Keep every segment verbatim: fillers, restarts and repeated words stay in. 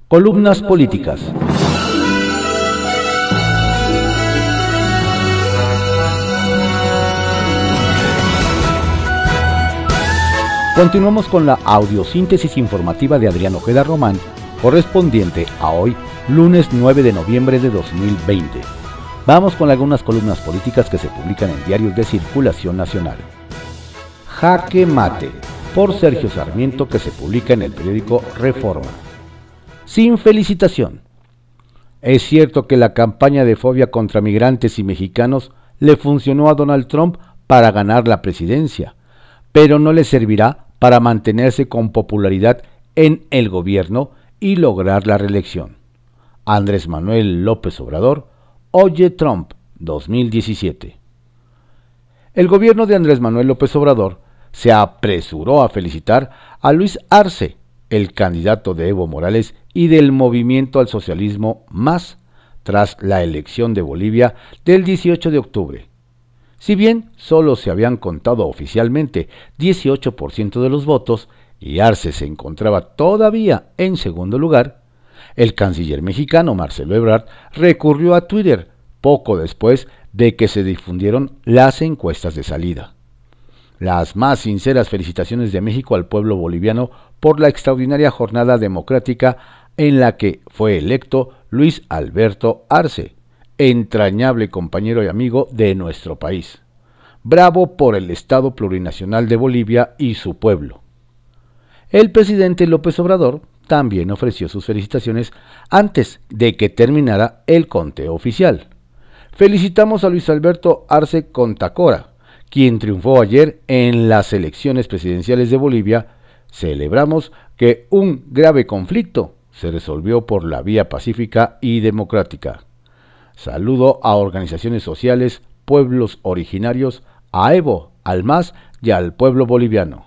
Columnas políticas. Continuamos con la audiosíntesis informativa de Adrián Ojeda Román, correspondiente a hoy, lunes nueve de noviembre de dos mil veinte. Vamos con algunas columnas políticas que se publican en diarios de circulación nacional. Jaque Mate, por Sergio Sarmiento, que se publica en el periódico Reforma. Sin felicitación. Es cierto que la campaña de fobia contra migrantes y mexicanos le funcionó a Donald Trump para ganar la presidencia, pero no le servirá para mantenerse con popularidad en el gobierno y lograr la reelección. Andrés Manuel López Obrador, Oye Trump, dos mil diecisiete. El gobierno de Andrés Manuel López Obrador se apresuró a felicitar a Luis Arce, el candidato de Evo Morales y del Movimiento al Socialismo Más, tras la elección de Bolivia del dieciocho de octubre. Si bien solo se habían contado oficialmente dieciocho por ciento de los votos y Arce se encontraba todavía en segundo lugar, el canciller mexicano Marcelo Ebrard recurrió a Twitter poco después de que se difundieron las encuestas de salida. Las más sinceras felicitaciones de México al pueblo boliviano por la extraordinaria jornada democrática en la que fue electo Luis Alberto Arce, entrañable compañero y amigo de nuestro país. Bravo por el Estado plurinacional de Bolivia y su pueblo. El presidente López Obrador también ofreció sus felicitaciones antes de que terminara el conteo oficial. Felicitamos a Luis Alberto Arce Contacora, quien triunfó ayer en las elecciones presidenciales de Bolivia. Celebramos que un grave conflicto se resolvió por la vía pacífica y democrática. Saludo a organizaciones sociales, pueblos originarios, a Evo, al M A S y al pueblo boliviano.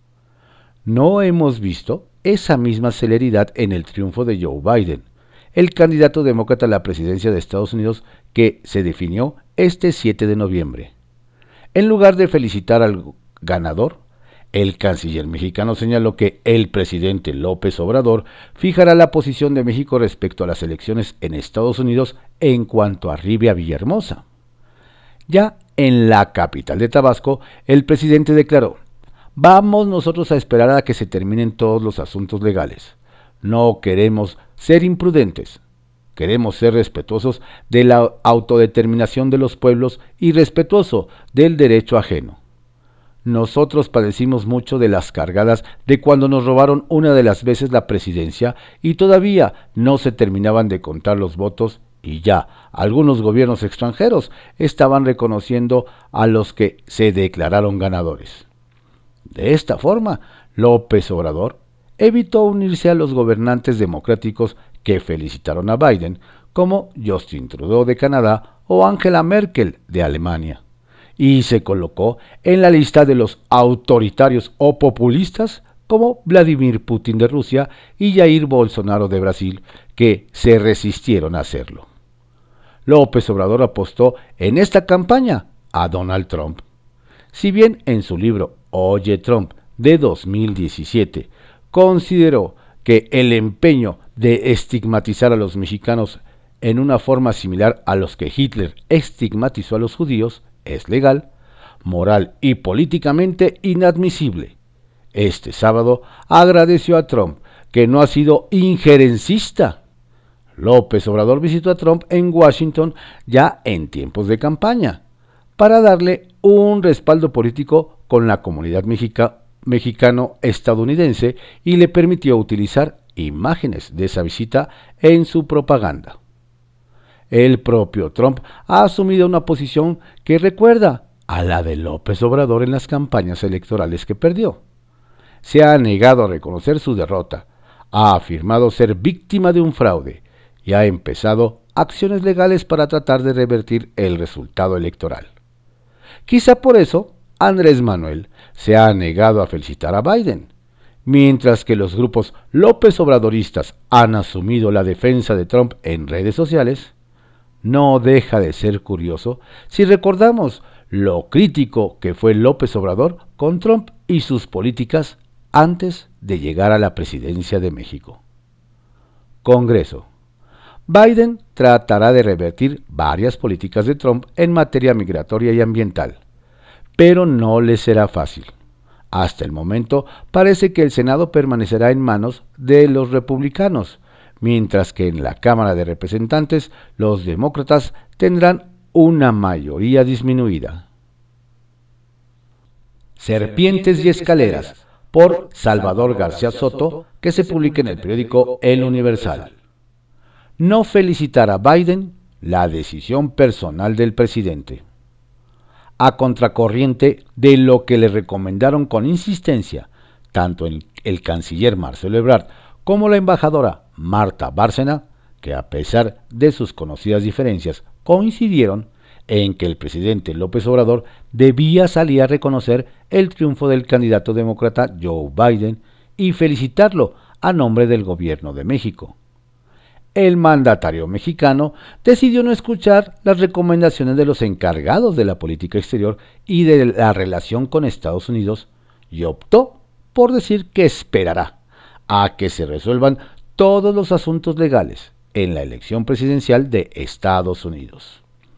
No hemos visto esa misma celeridad en el triunfo de Joe Biden, el candidato demócrata a la presidencia de Estados Unidos que se definió este siete de noviembre. En lugar de felicitar al ganador, el canciller mexicano señaló que el presidente López Obrador fijará la posición de México respecto a las elecciones en Estados Unidos en cuanto arribe a Villahermosa. Ya en la capital de Tabasco, el presidente declaró: vamos nosotros a esperar a que se terminen todos los asuntos legales. No queremos ser imprudentes. Queremos ser respetuosos de la autodeterminación de los pueblos y respetuoso del derecho ajeno. Nosotros padecimos mucho de las cargadas de cuando nos robaron una de las veces la presidencia y todavía no se terminaban de contar los votos y ya algunos gobiernos extranjeros estaban reconociendo a los que se declararon ganadores. De esta forma, López Obrador evitó unirse a los gobernantes democráticos que felicitaron a Biden, como Justin Trudeau de Canadá o Angela Merkel de Alemania, y se colocó en la lista de los autoritarios o populistas como Vladimir Putin de Rusia y Jair Bolsonaro de Brasil, que se resistieron a hacerlo. López Obrador apostó en esta campaña a Donald Trump. Si bien en su libro Oye Trump de dos mil diecisiete consideró que el empeño de estigmatizar a los mexicanos en una forma similar a los que Hitler estigmatizó a los judíos es legal, moral y políticamente inadmisible, este sábado agradeció a Trump que no ha sido injerencista. López Obrador visitó a Trump en Washington ya en tiempos de campaña para darle un respaldo político con la comunidad mexica, mexicano-estadounidense y le permitió utilizar imágenes de esa visita en su propaganda. El propio Trump ha asumido una posición que recuerda a la de López Obrador en las campañas electorales que perdió. Se ha negado a reconocer su derrota, ha afirmado ser víctima de un fraude y ha empezado acciones legales para tratar de revertir el resultado electoral. Quizá por eso Andrés Manuel se ha negado a felicitar a Biden, mientras que los grupos López Obradoristas han asumido la defensa de Trump en redes sociales. No deja de ser curioso si recordamos lo crítico que fue López Obrador con Trump y sus políticas antes de llegar a la presidencia de México. Congreso. Biden tratará de revertir varias políticas de Trump en materia migratoria y ambiental, pero no le será fácil. Hasta el momento parece que el Senado permanecerá en manos de los republicanos, mientras que en la Cámara de Representantes los demócratas tendrán una mayoría disminuida. Serpientes y escaleras, por Salvador García Soto, que se publica en el periódico El Universal. No felicitar a Biden, la decisión personal del presidente. A contracorriente de lo que le recomendaron con insistencia tanto el, el canciller Marcelo Ebrard como la embajadora Marta Bárcena, que a pesar de sus conocidas diferencias coincidieron en que el presidente López Obrador debía salir a reconocer el triunfo del candidato demócrata Joe Biden y felicitarlo a nombre del gobierno de México. El mandatario mexicano decidió no escuchar las recomendaciones de los encargados de la política exterior y de la relación con Estados Unidos y optó por decir que esperará a que se resuelvan todos los asuntos legales en la elección presidencial de Estados Unidos.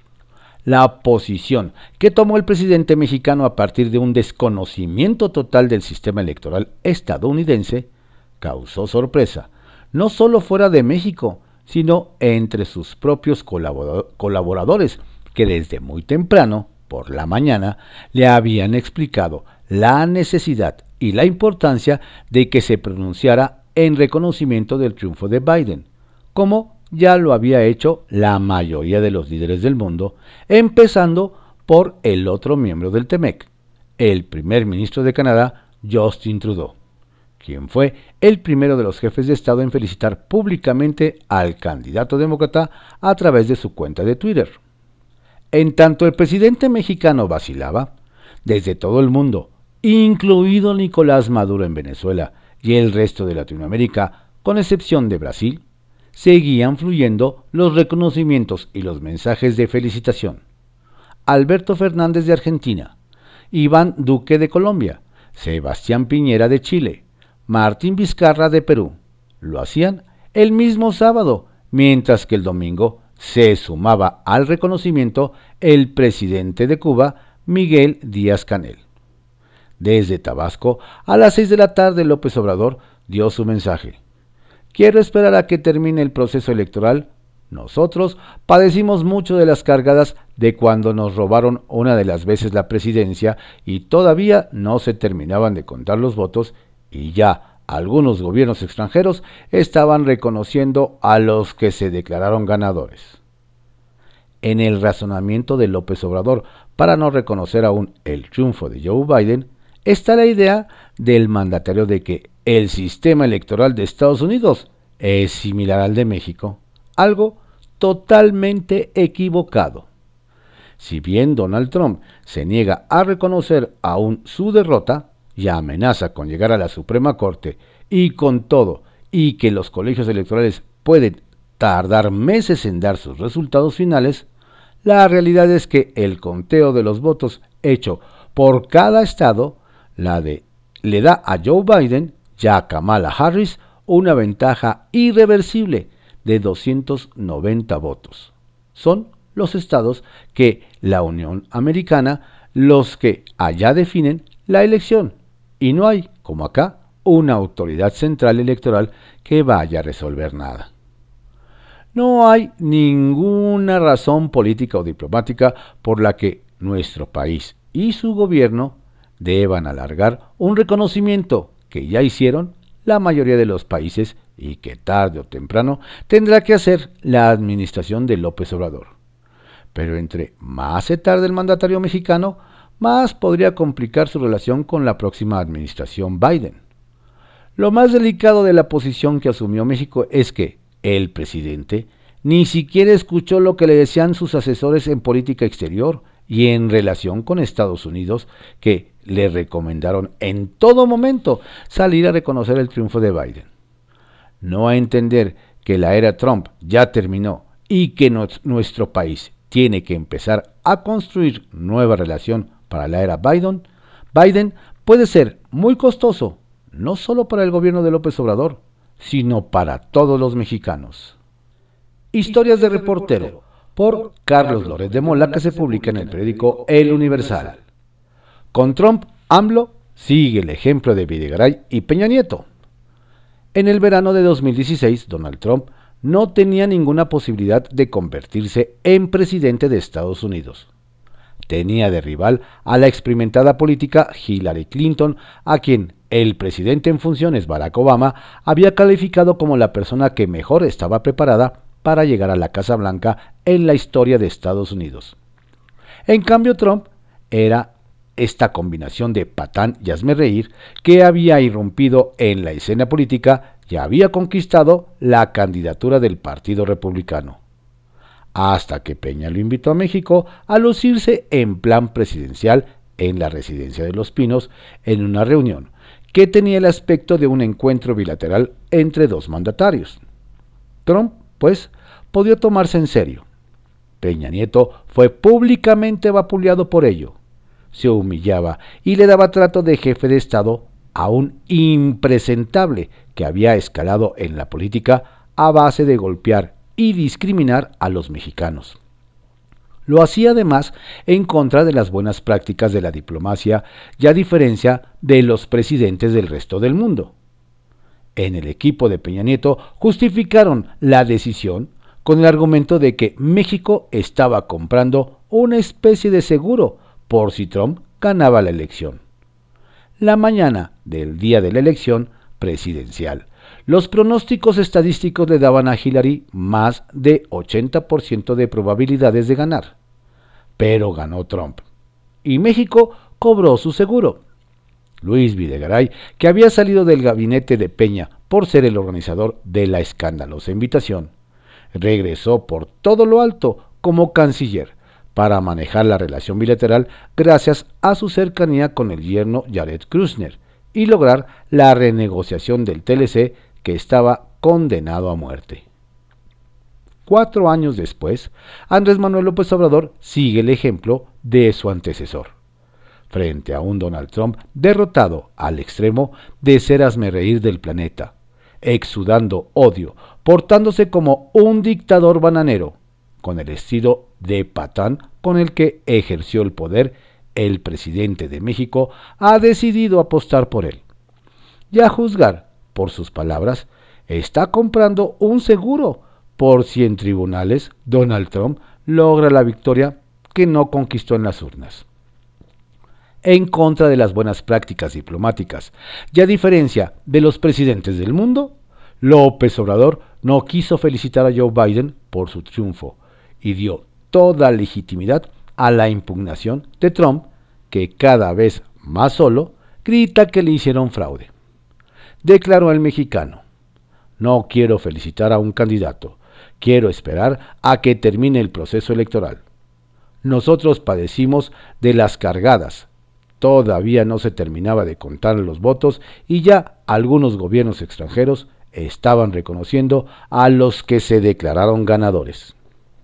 La posición que tomó el presidente mexicano a partir de un desconocimiento total del sistema electoral estadounidense causó sorpresa, no solo fuera de México, sino entre sus propios colaboradores, que desde muy temprano, por la mañana, le habían explicado la necesidad y la importancia de que se pronunciara en reconocimiento del triunfo de Biden, como ya lo había hecho la mayoría de los líderes del mundo, empezando por el otro miembro del T M E C, el primer ministro de Canadá, Justin Trudeau, quien fue el primero de los jefes de Estado en felicitar públicamente al candidato demócrata a través de su cuenta de Twitter. En tanto el presidente mexicano vacilaba, desde todo el mundo, incluido Nicolás Maduro en Venezuela y el resto de Latinoamérica, con excepción de Brasil, seguían fluyendo los reconocimientos y los mensajes de felicitación. Alberto Fernández de Argentina, Iván Duque de Colombia, Sebastián Piñera de Chile, Martín Vizcarra de Perú, lo hacían el mismo sábado, mientras que el domingo se sumaba al reconocimiento el presidente de Cuba, Miguel Díaz-Canel. Desde Tabasco, a las seis de la tarde, López Obrador dio su mensaje. Quiero esperar a que termine el proceso electoral. Nosotros padecimos mucho de las cargadas de cuando nos robaron una de las veces la presidencia y todavía no se terminaban de contar los votos y ya algunos gobiernos extranjeros estaban reconociendo a los que se declararon ganadores. En el razonamiento de López Obrador para no reconocer aún el triunfo de Joe Biden está la idea del mandatario de que el sistema electoral de Estados Unidos es similar al de México, algo totalmente equivocado. Si bien Donald Trump se niega a reconocer aún su derrota y amenaza con llegar a la Suprema Corte y con todo, y que los colegios electorales pueden tardar meses en dar sus resultados finales, la realidad es que el conteo de los votos hecho por cada estado la de, le da a Joe Biden y a Kamala Harris una ventaja irreversible de doscientos noventa votos. Son los estados que la Unión Americana los que allá definen la elección, y no hay, como acá, una autoridad central electoral que vaya a resolver nada. No hay ninguna razón política o diplomática por la que nuestro país y su gobierno deban alargar un reconocimiento que ya hicieron la mayoría de los países y que tarde o temprano tendrá que hacer la administración de López Obrador. Pero entre más se tarde el mandatario mexicano, más podría complicar su relación con la próxima administración Biden. Lo más delicado de la posición que asumió México es que el presidente ni siquiera escuchó lo que le decían sus asesores en política exterior y en relación con Estados Unidos, que le recomendaron en todo momento salir a reconocer el triunfo de Biden. No a entender que la era Trump ya terminó y que no, nuestro país tiene que empezar a construir nueva relación para la era Biden, Biden puede ser muy costoso, no solo para el gobierno de López Obrador, sino para todos los mexicanos. Historias de reportero, por Carlos Loret de Mola, que se publica en el periódico El Universal. Con Trump, AMLO sigue el ejemplo de Videgaray y Peña Nieto. En el verano de dos mil dieciséis, Donald Trump no tenía ninguna posibilidad de convertirse en presidente de Estados Unidos. Tenía de rival a la experimentada política Hillary Clinton, a quien el presidente en funciones Barack Obama había calificado como la persona que mejor estaba preparada para llegar a la Casa Blanca en la historia de Estados Unidos. En cambio, Trump era esta combinación de patán y hazmerreír que había irrumpido en la escena política y había conquistado la candidatura del Partido Republicano. Hasta que Peña lo invitó a México a lucirse en plan presidencial en la Residencia de los Pinos en una reunión que tenía el aspecto de un encuentro bilateral entre dos mandatarios. Trump, pues, podía tomarse en serio. Peña Nieto fue públicamente vapuleado por ello. Se humillaba y le daba trato de jefe de Estado a un impresentable que había escalado en la política a base de golpear y discriminar a los mexicanos. Lo hacía además en contra de las buenas prácticas de la diplomacia y a diferencia de los presidentes del resto del mundo. En el equipo de Peña Nieto justificaron la decisión con el argumento de que México estaba comprando una especie de seguro por si Trump ganaba la elección. La mañana del día de la elección presidencial, los pronósticos estadísticos le daban a Hillary más de ochenta por ciento de probabilidades de ganar. Pero ganó Trump, y México cobró su seguro. Luis Videgaray, que había salido del gabinete de Peña por ser el organizador de la escandalosa invitación, regresó por todo lo alto como canciller para manejar la relación bilateral gracias a su cercanía con el yerno Jared Kushner y lograr la renegociación del T L C que estaba condenado a muerte. Cuatro años después, Andrés Manuel López Obrador sigue el ejemplo de su antecesor. Frente a un Donald Trump derrotado al extremo de ser hazmerreír del planeta, exudando odio, portándose como un dictador bananero, con el estilo de patán con el que ejerció el poder, el presidente de México ha decidido apostar por él. Y a juzgar por sus palabras, está comprando un seguro por si en tribunales Donald Trump logra la victoria que no conquistó en las urnas. En contra de las buenas prácticas diplomáticas y a diferencia de los presidentes del mundo, López Obrador no quiso felicitar a Joe Biden por su triunfo y dio toda legitimidad a la impugnación de Trump, que cada vez más solo grita que le hicieron fraude. Declaró el mexicano: no quiero felicitar a un candidato, quiero esperar a que termine el proceso electoral. Nosotros padecimos de las cargadas, todavía no se terminaba de contar los votos y ya algunos gobiernos extranjeros estaban reconociendo a los que se declararon ganadores.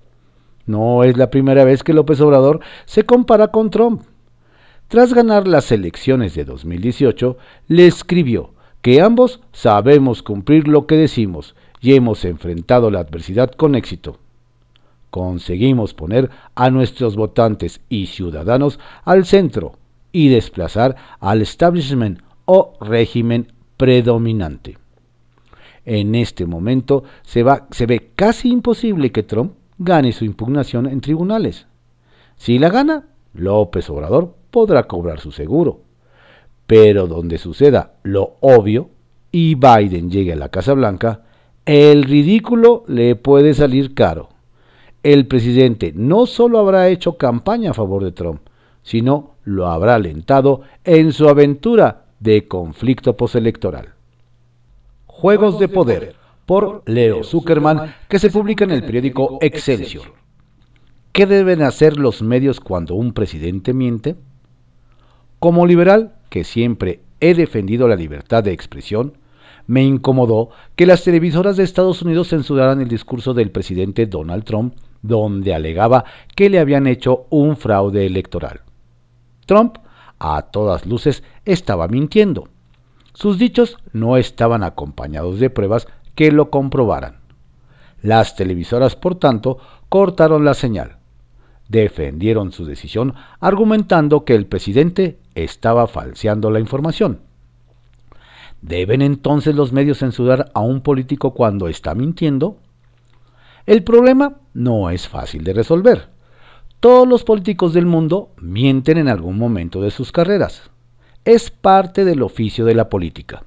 No es la primera vez que López Obrador se compara con Trump. Tras ganar las elecciones de dos mil dieciocho, le escribió que ambos sabemos cumplir lo que decimos y hemos enfrentado la adversidad con éxito. Conseguimos poner a nuestros votantes y ciudadanos al centro y desplazar al establishment o régimen predominante. En este momento se, va, se ve casi imposible que Trump gane su impugnación en tribunales. Si la gana, López Obrador podrá cobrar su seguro. Pero donde suceda lo obvio y Biden llegue a la Casa Blanca, el ridículo le puede salir caro. El presidente no solo habrá hecho campaña a favor de Trump, sino lo habrá alentado en su aventura de conflicto postelectoral. Juegos de Poder, por Leo Zuckerman, que se publica en el periódico Excelsior. ¿Qué deben hacer los medios cuando un presidente miente? Como liberal, que siempre he defendido la libertad de expresión, me incomodó que las televisoras de Estados Unidos censuraran el discurso del presidente Donald Trump, donde alegaba que le habían hecho un fraude electoral. Trump, a todas luces, estaba mintiendo. Sus dichos no estaban acompañados de pruebas que lo comprobaran. Las televisoras, por tanto, cortaron la señal. Defendieron su decisión argumentando que el presidente estaba falseando la información. ¿Deben entonces los medios censurar a un político cuando está mintiendo? El problema no es fácil de resolver. Todos los políticos del mundo mienten en algún momento de sus carreras. Es parte del oficio de la política.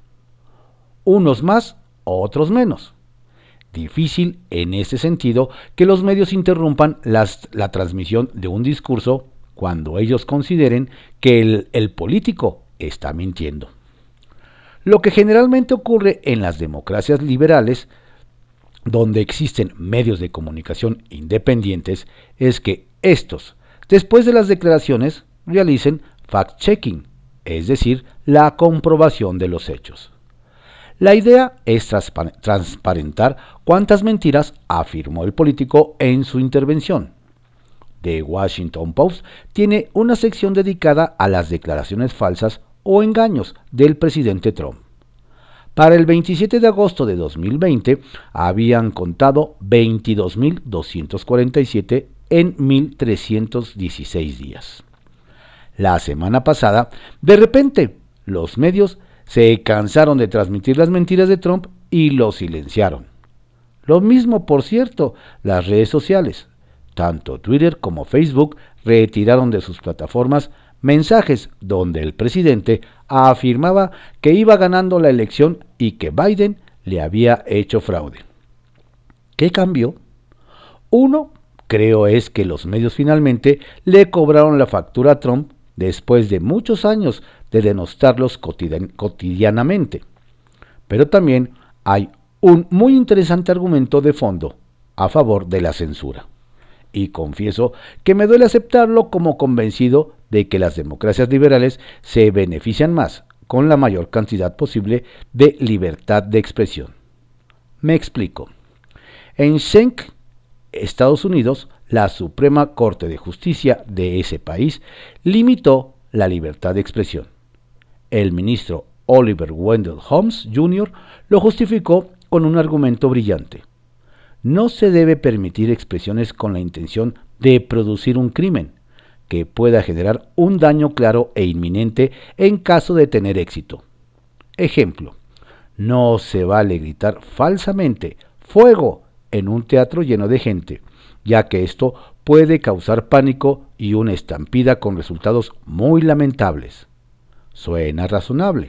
Unos más, otros menos. Difícil en ese sentido que los medios interrumpan las, la transmisión de un discurso cuando ellos consideren que el, el político está mintiendo. Lo que generalmente ocurre en las democracias liberales, donde existen medios de comunicación independientes, es que estos, después de las declaraciones, realicen fact-checking, es decir, la comprobación de los hechos. La idea es transpa- transparentar cuántas mentiras afirmó el político en su intervención. The Washington Post tiene una sección dedicada a las declaraciones falsas o engaños del presidente Trump. Para el veintisiete de agosto de dos mil veinte habían contado veintidós mil doscientos cuarenta y siete en mil trescientos dieciséis días. La semana pasada, de repente, los medios se cansaron de transmitir las mentiras de Trump y lo silenciaron. Lo mismo, por cierto, las redes sociales. Tanto Twitter como Facebook retiraron de sus plataformas mensajes donde el presidente afirmaba que iba ganando la elección y que Biden le había hecho fraude. ¿Qué cambió? Uno, creo, es que los medios finalmente le cobraron la factura a Trump después de muchos años de denostarlos cotidianamente. Pero también hay un muy interesante argumento de fondo a favor de la censura. Y confieso que me duele aceptarlo como convencido de que las democracias liberales se benefician más con la mayor cantidad posible de libertad de expresión. Me explico. En Schenck, Estados Unidos, la Suprema Corte de Justicia de ese país limitó la libertad de expresión. El ministro Oliver Wendell Holmes junior lo justificó con un argumento brillante. No se debe permitir expresiones con la intención de producir un crimen que pueda generar un daño claro e inminente en caso de tener éxito. Ejemplo, no se vale gritar falsamente ¡fuego! En un teatro lleno de gente, ya que esto puede causar pánico y una estampida con resultados muy lamentables. Suena razonable.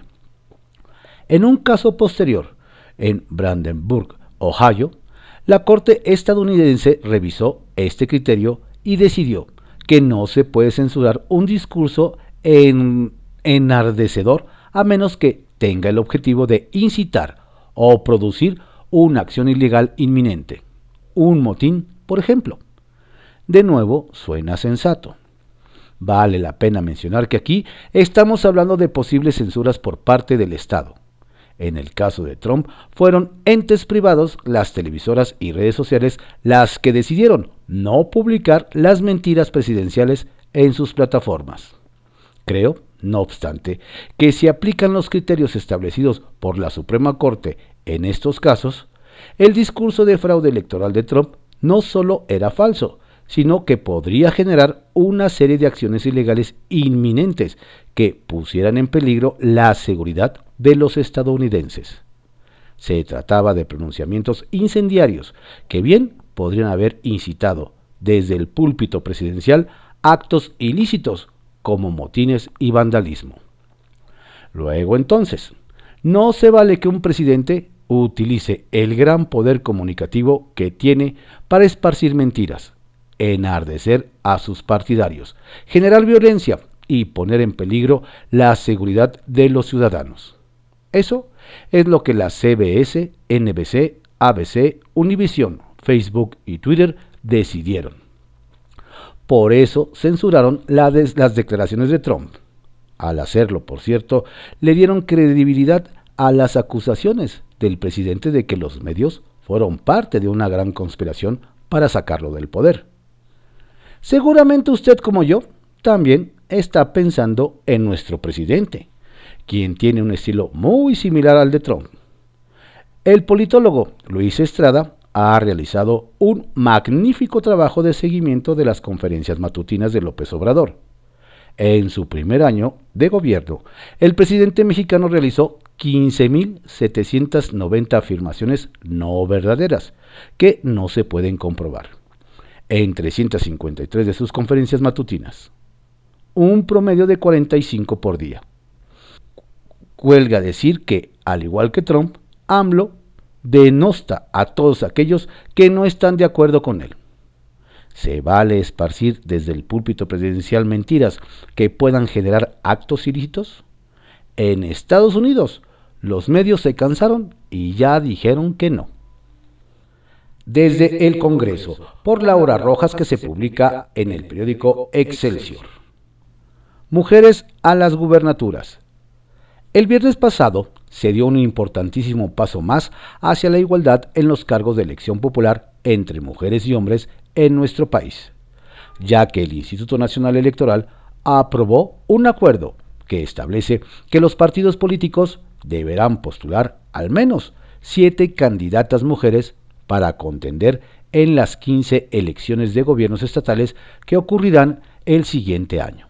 En un caso posterior, en Brandenburg, Ohio, la Corte estadounidense revisó este criterio y decidió que no se puede censurar un discurso en, enardecedor a menos que tenga el objetivo de incitar o producir una acción ilegal inminente, un motín, por ejemplo. De nuevo, suena sensato. Vale la pena mencionar que aquí estamos hablando de posibles censuras por parte del Estado. En el caso de Trump, fueron entes privados, las televisoras y redes sociales, las que decidieron no publicar las mentiras presidenciales en sus plataformas. Creo, no obstante, que si aplican los criterios establecidos por la Suprema Corte en estos casos, el discurso de fraude electoral de Trump no solo era falso, sino que podría generar una serie de acciones ilegales inminentes que pusieran en peligro la seguridad de los estadounidenses. Se trataba de pronunciamientos incendiarios que bien podrían haber incitado desde el púlpito presidencial actos ilícitos como motines y vandalismo. Luego entonces, no se vale que un presidente utilice el gran poder comunicativo que tiene para esparcir mentiras, enardecer a sus partidarios, generar violencia y poner en peligro la seguridad de los ciudadanos. Eso es lo que la C B S, N B C, A B C, Univision, Facebook y Twitter decidieron. Por eso censuraron la des- las declaraciones de Trump. Al hacerlo, por cierto, le dieron credibilidad a las acusaciones del presidente de que los medios fueron parte de una gran conspiración para sacarlo del poder. Seguramente usted, como yo, también está pensando en nuestro presidente, quien tiene un estilo muy similar al de Trump. El politólogo Luis Estrada ha realizado un magnífico trabajo de seguimiento de las conferencias matutinas de López Obrador. En su primer año de gobierno, el presidente mexicano realizó quince mil setecientas noventa afirmaciones no verdaderas, que no se pueden comprobar, en trescientas cincuenta y tres de sus conferencias matutinas, un promedio de cuarenta y cinco por día. Huelga decir que, al igual que Trump, AMLO denosta a todos aquellos que no están de acuerdo con él. Se vale esparcir desde el púlpito presidencial mentiras que puedan generar actos ilícitos. En Estados Unidos, los medios se cansaron y ya dijeron que no. Desde el Congreso, por Laura Rojas, que se publica en el periódico Excelsior. Mujeres a las gubernaturas. El viernes pasado se dio un importantísimo paso más hacia la igualdad en los cargos de elección popular entre mujeres y hombres en nuestro país, ya que el Instituto Nacional Electoral aprobó un acuerdo que establece que los partidos políticos deberán postular al menos siete candidatas mujeres para contender en las quince elecciones de gobiernos estatales que ocurrirán el siguiente año.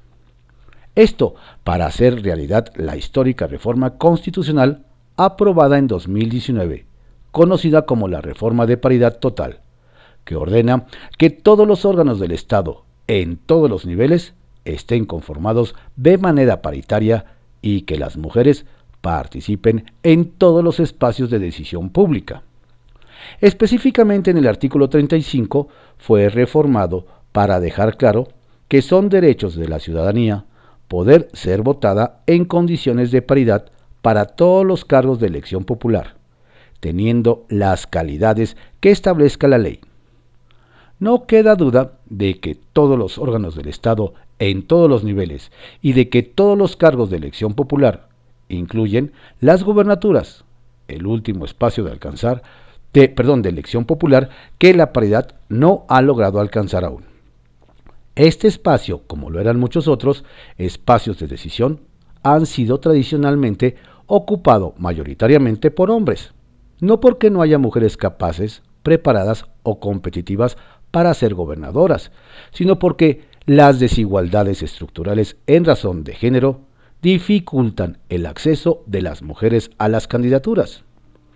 Esto para hacer realidad la histórica reforma constitucional aprobada en dos mil diecinueve, conocida como la Reforma de Paridad Total, que ordena que todos los órganos del Estado, en todos los niveles, estén conformados de manera paritaria y que las mujeres participen en todos los espacios de decisión pública. Específicamente en el artículo treinta y cinco fue reformado para dejar claro que son derechos de la ciudadanía poder ser votada en condiciones de paridad para todos los cargos de elección popular, teniendo las calidades que establezca la ley. No queda duda de que todos los órganos del Estado en todos los niveles y de que todos los cargos de elección popular incluyen las gubernaturas, el último espacio de alcanzar, de, perdón, de elección popular que la paridad no ha logrado alcanzar aún. Este espacio, como lo eran muchos otros espacios de decisión, han sido tradicionalmente ocupado mayoritariamente por hombres, no porque no haya mujeres capaces, preparadas o competitivas para ser gobernadoras, sino porque las desigualdades estructurales en razón de género dificultan el acceso de las mujeres a las candidaturas.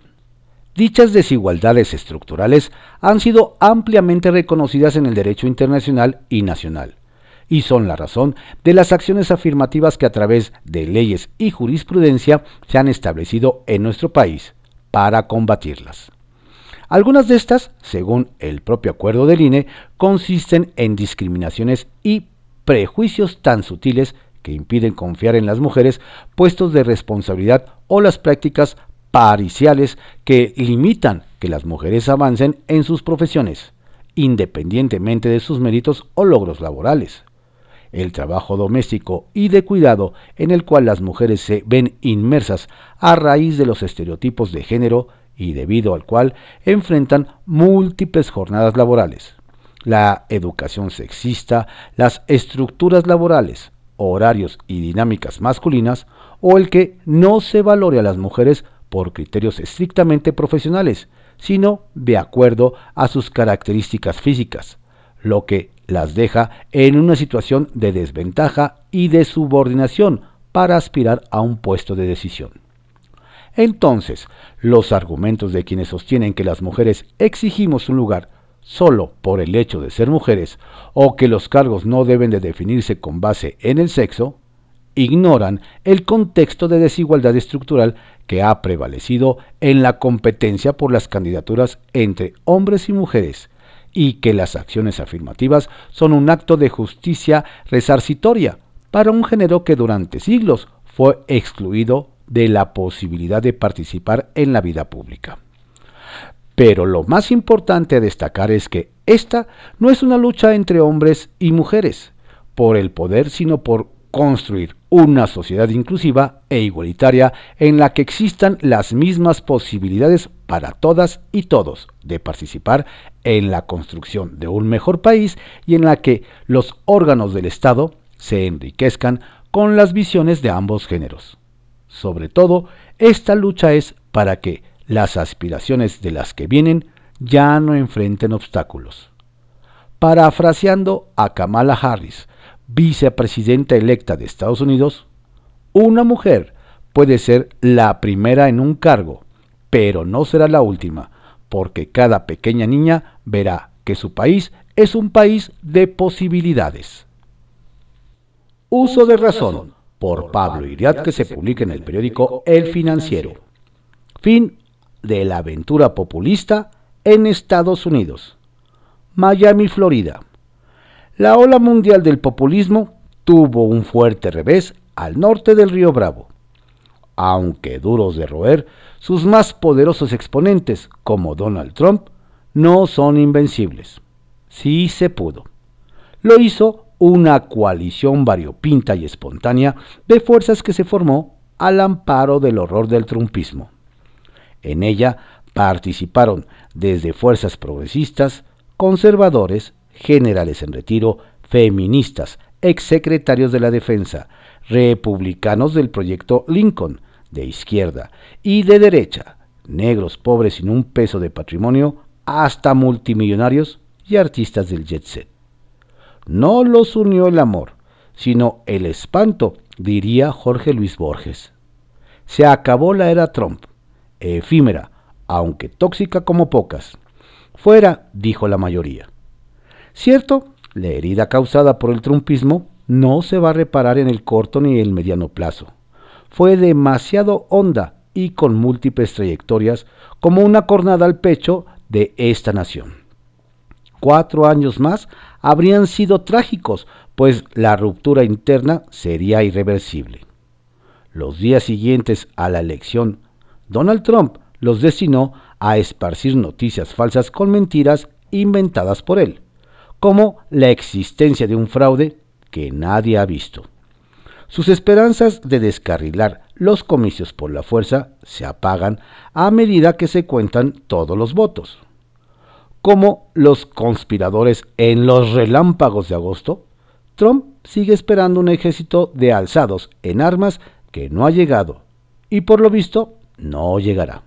Dichas desigualdades estructurales han sido ampliamente reconocidas en el derecho internacional y nacional, y son la razón de las acciones afirmativas que a través de leyes y jurisprudencia se han establecido en nuestro país para combatirlas. Algunas de estas, según el propio acuerdo del I N E, consisten en discriminaciones y prejuicios tan sutiles que impiden confiar en las mujeres puestos de responsabilidad o las prácticas parciales que limitan que las mujeres avancen en sus profesiones, independientemente de sus méritos o logros laborales. El trabajo doméstico y de cuidado en el cual las mujeres se ven inmersas a raíz de los estereotipos de género y debido al cual enfrentan múltiples jornadas laborales. La educación sexista, las estructuras laborales, horarios y dinámicas masculinas, o el que no se valore a las mujeres por criterios estrictamente profesionales, sino de acuerdo a sus características físicas, lo que las deja en una situación de desventaja y de subordinación para aspirar a un puesto de decisión. Entonces, los argumentos de quienes sostienen que las mujeres exigimos un lugar solo por el hecho de ser mujeres o que los cargos no deben de definirse con base en el sexo, ignoran el contexto de desigualdad estructural que ha prevalecido en la competencia por las candidaturas entre hombres y mujeres, y que las acciones afirmativas son un acto de justicia resarcitoria para un género que durante siglos fue excluido de la posibilidad de participar en la vida pública. Pero lo más importante a destacar es que esta no es una lucha entre hombres y mujeres por el poder, sino por construir una sociedad inclusiva e igualitaria en la que existan las mismas posibilidades para todas y todos de participar en la construcción de un mejor país y en la que los órganos del Estado se enriquezcan con las visiones de ambos géneros. Sobre todo, esta lucha es para que las aspiraciones de las que vienen ya no enfrenten obstáculos. Parafraseando a Kamala Harris, vicepresidenta electa de Estados Unidos, una mujer puede ser la primera en un cargo, pero no será la última, porque cada pequeña niña verá que su país es un país de posibilidades. Uso de razón, por Pablo Iriart, que se publica en el periódico El Financiero. Fin de la aventura populista en Estados Unidos. Miami, Florida. La ola mundial del populismo tuvo un fuerte revés al norte del río Bravo. Aunque duros de roer, sus más poderosos exponentes, como Donald Trump, no son invencibles. Sí se pudo. Lo hizo una coalición variopinta y espontánea de fuerzas que se formó al amparo del horror del trumpismo. En ella participaron desde fuerzas progresistas, conservadores, generales en retiro, feministas, exsecretarios de la defensa, republicanos del proyecto Lincoln, de izquierda y de derecha, negros pobres sin un peso de patrimonio, hasta multimillonarios y artistas del jet set. No los unió el amor, sino el espanto, diría Jorge Luis Borges. Se acabó la era Trump, efímera, aunque tóxica como pocas. Fuera, dijo la mayoría. Cierto, la herida causada por el trumpismo no se va a reparar en el corto ni el mediano plazo. Fue demasiado honda y con múltiples trayectorias como una cornada al pecho de esta nación. Cuatro años más habrían sido trágicos, pues la ruptura interna sería irreversible. Los días siguientes a la elección, Donald Trump los destinó a esparcir noticias falsas con mentiras inventadas por él, como la existencia de un fraude que nadie ha visto. Sus esperanzas de descarrilar los comicios por la fuerza se apagan a medida que se cuentan todos los votos. Como los conspiradores en los relámpagos de agosto, Trump sigue esperando un ejército de alzados en armas que no ha llegado y por lo visto no llegará.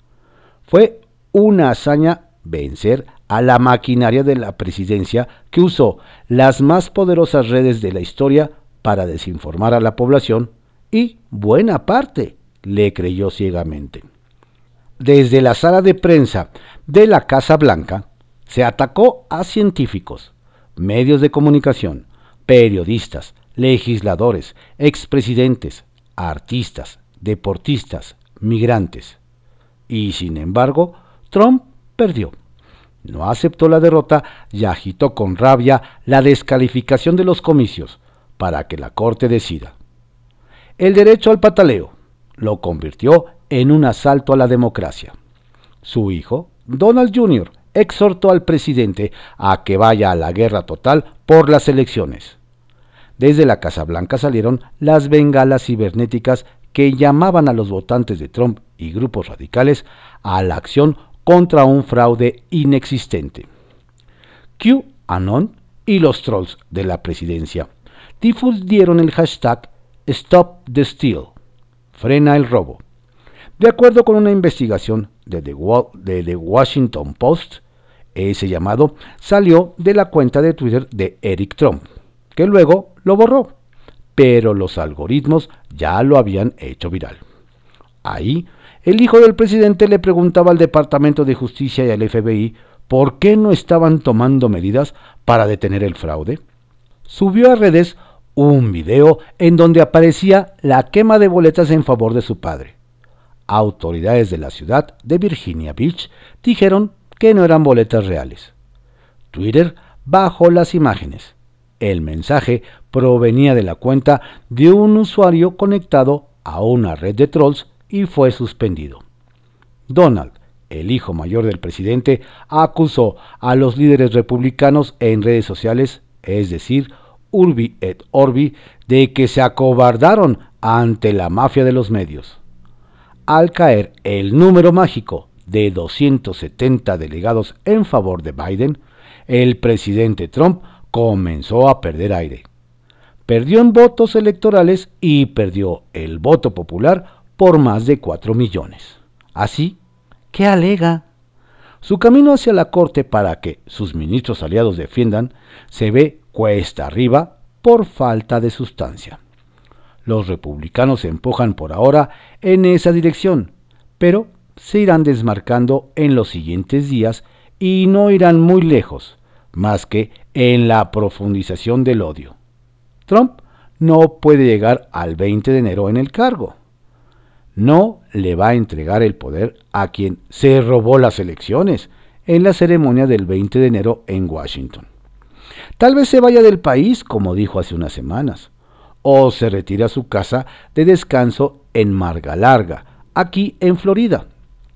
Fue una hazaña vencer a la maquinaria de la presidencia que usó las más poderosas redes de la historia para desinformar a la población y buena parte le creyó ciegamente. Desde la sala de prensa de la Casa Blanca se atacó a científicos, medios de comunicación, periodistas, legisladores, expresidentes, artistas, deportistas, migrantes. Y sin embargo, Trump perdió. No aceptó la derrota y agitó con rabia la descalificación de los comicios para que la Corte decida. El derecho al pataleo lo convirtió en un asalto a la democracia. Su hijo, Donald junior, exhortó al presidente a que vaya a la guerra total por las elecciones. Desde la Casa Blanca salieron las bengalas cibernéticas que llamaban a los votantes de Trump y grupos radicales a la acción contra un fraude inexistente. QAnon y los trolls de la presidencia difundieron el hashtag Stop the Steal, frena el robo. De acuerdo con una investigación de The, de The Washington Post, ese llamado salió de la cuenta de Twitter de Eric Trump, que luego lo borró, pero los algoritmos ya lo habían hecho viral. Ahí, el hijo del presidente le preguntaba al Departamento de Justicia y al F B I por qué no estaban tomando medidas para detener el fraude. Subió a redes un video en donde aparecía la quema de boletas en favor de su padre. Autoridades de la ciudad de Virginia Beach dijeron que no eran boletas reales. Twitter bajó las imágenes. El mensaje provenía de la cuenta de un usuario conectado a una red de trolls y fue suspendido. Donald, el hijo mayor del presidente, acusó a los líderes republicanos en redes sociales, es decir, Urbi et Orbi, de que se acobardaron ante la mafia de los medios. Al caer el número mágico de doscientos setenta delegados en favor de Biden, el presidente Trump comenzó a perder aire. Perdió en votos electorales y perdió el voto popular por más de cuatro millones. Así que alega. Su camino hacia la corte para que sus ministros aliados defiendan se ve cuesta arriba por falta de sustancia. Los republicanos se empujan por ahora en esa dirección, pero se irán desmarcando en los siguientes días y no irán muy lejos, más que en la profundización del odio. Trump no puede llegar al veinte de enero en el cargo. No le va a entregar el poder a quien se robó las elecciones en la ceremonia del veinte de enero en Washington. Tal vez se vaya del país, como dijo hace unas semanas, o se retire a su casa de descanso en Marga Larga, aquí en Florida,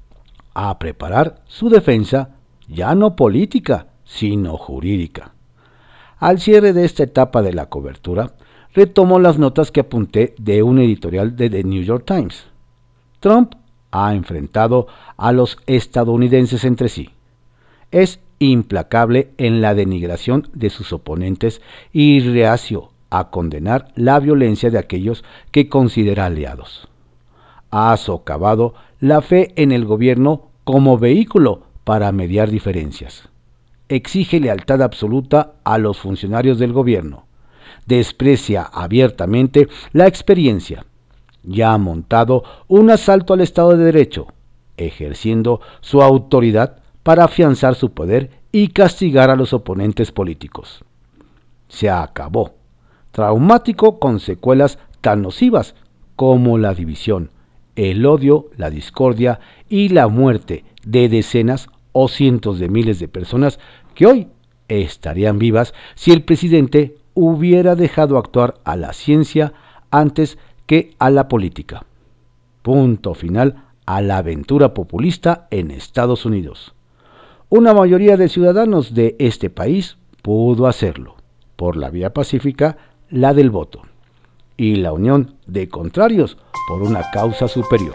a preparar su defensa ya no política, sino jurídica. Al cierre de esta etapa de la cobertura, retomo las notas que apunté de un editorial de The New York Times. Trump ha enfrentado a los estadounidenses entre sí. Es implacable en la denigración de sus oponentes y reacio a condenar la violencia de aquellos que considera aliados. Ha socavado la fe en el gobierno como vehículo para mediar diferencias. Exige lealtad absoluta a los funcionarios del gobierno. Desprecia abiertamente la experiencia. Ya ha montado un asalto al Estado de Derecho, ejerciendo su autoridad para afianzar su poder y castigar a los oponentes políticos. Se acabó. Traumático con secuelas tan nocivas como la división, el odio, la discordia y la muerte de decenas o cientos de miles de personas que hoy estarían vivas si el presidente hubiera dejado actuar a la ciencia antes que a la política. Punto final a la aventura populista en Estados Unidos. Una mayoría de ciudadanos de este país pudo hacerlo, por la vía pacífica, la del voto, y la unión de contrarios por una causa superior.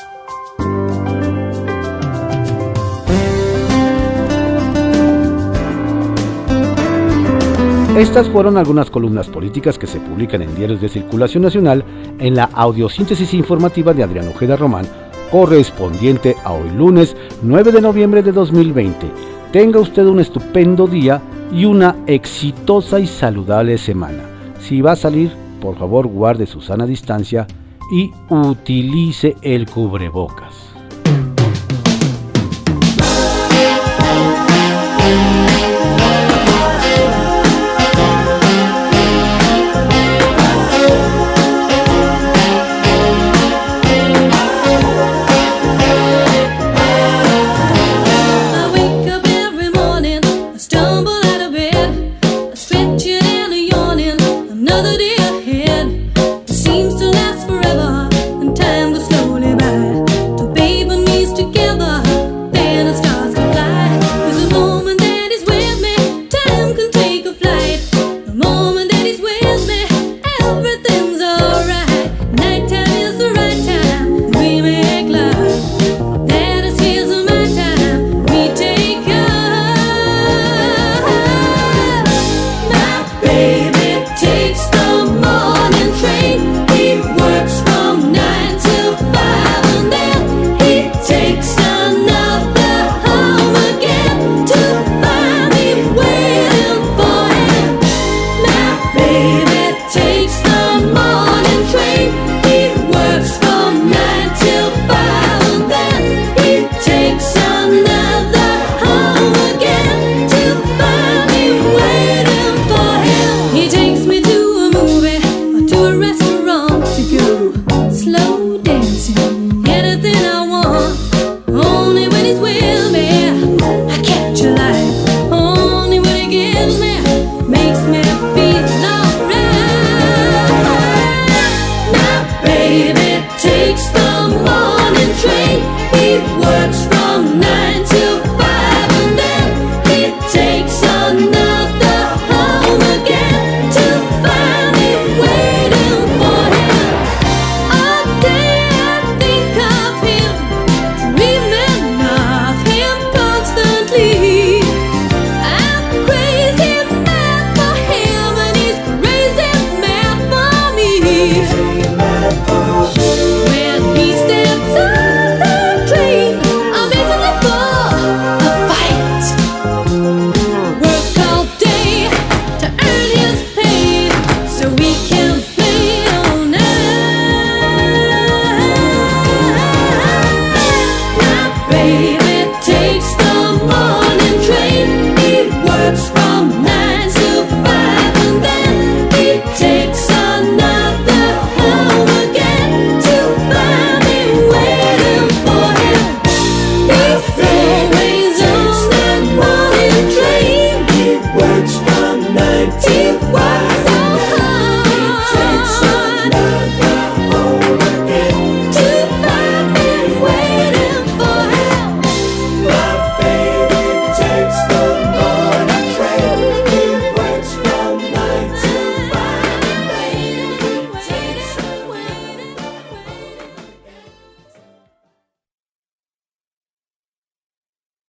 Estas fueron algunas columnas políticas que se publican en diarios de circulación nacional en la audiosíntesis informativa de Adrián Ojeda Román, correspondiente a hoy lunes nueve de noviembre de dos mil veinte. Tenga usted un estupendo día y una exitosa y saludable semana. Si va a salir, por favor guarde su sana distancia y utilice el cubrebocas.